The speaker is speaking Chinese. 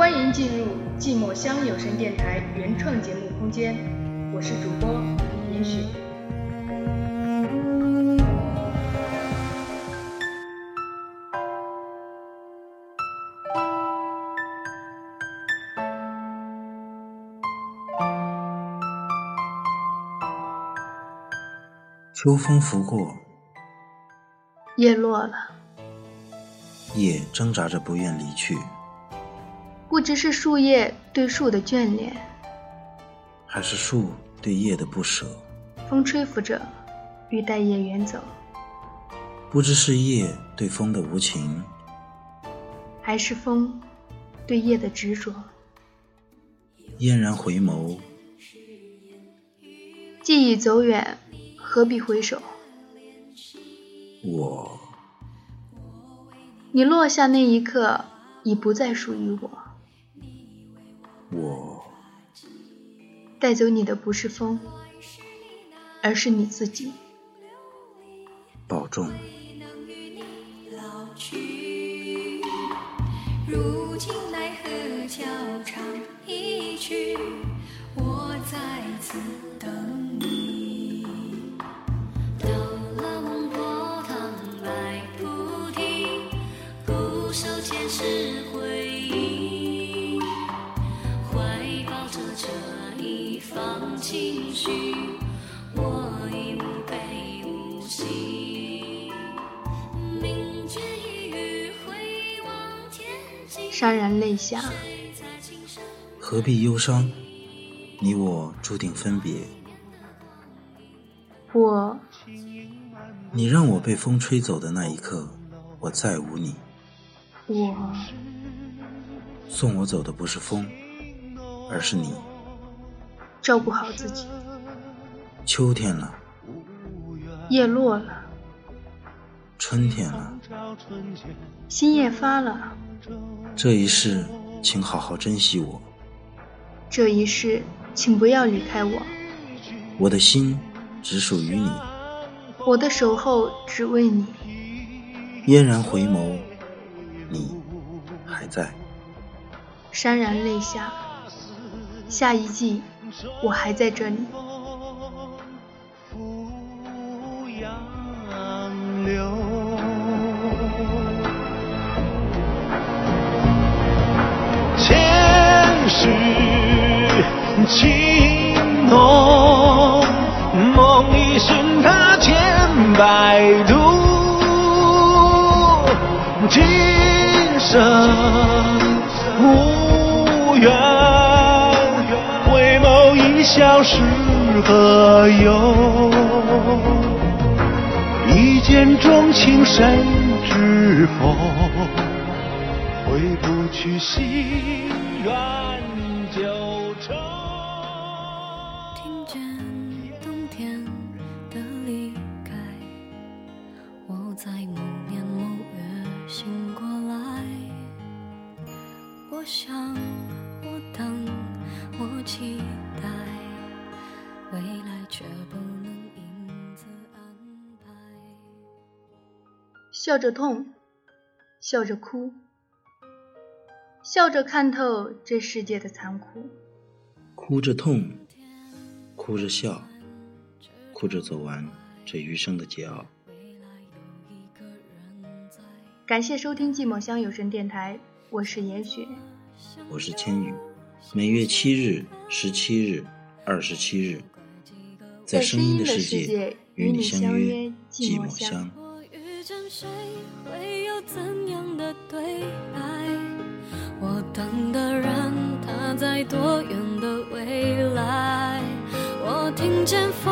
欢迎进入寂寞乡有声电台原创节目空间，我是主播严雪。 秋风拂过， 叶落了， 叶挣扎着不愿离去， 不知是树叶对树的眷恋， 还是树对叶的不舍。 风吹拂着，欲带叶远走， 不知是叶对风的无情， 还是风对叶的执着。 嫣然回眸， 既已走远，何必回首？你落下那一刻，已不再属于我。带走你的不是风，而是你自己。 保重。 如今奈何桥唱一曲，我在此等你。到了孟婆汤白菩提，固守前世回忆，怀抱着这一方情绪，我已无悲无喜。明觉一语回望天际， 潸然泪下。 何必忧伤？你我注定分别。你让我被风吹走的那一刻，我再无你。送我走的不是风，而是你。 照顾好自己。 秋天了， 叶落了， 春天了， 新叶发了。 这一世请好好珍惜我， 这一世请不要离开我。 我的心只属于你， 我的守候只为你。 嫣然回眸，你还在。 潸然泪下，下一季我还在这里。 前世情浓，梦里寻他千百度，今生无缘，回眸一笑是何由？一见钟情谁知否？回不去心愿旧愁。 听见冬天的离开，我在某年某月醒过来。我想，我等，我期待，未来却不能因此安排。 笑着痛，笑着哭，笑着看透这世界的残酷。 哭着痛，哭着笑，哭着走完这余生的桀骜。 感谢收听寂寞乡有声电台，我是严雪， 我是千羽。每月7日、17日、27日，在声音的世界与你相约寂寞乡。 我遇见谁会有怎样的对白？我等的人他在多远的未来？我听见风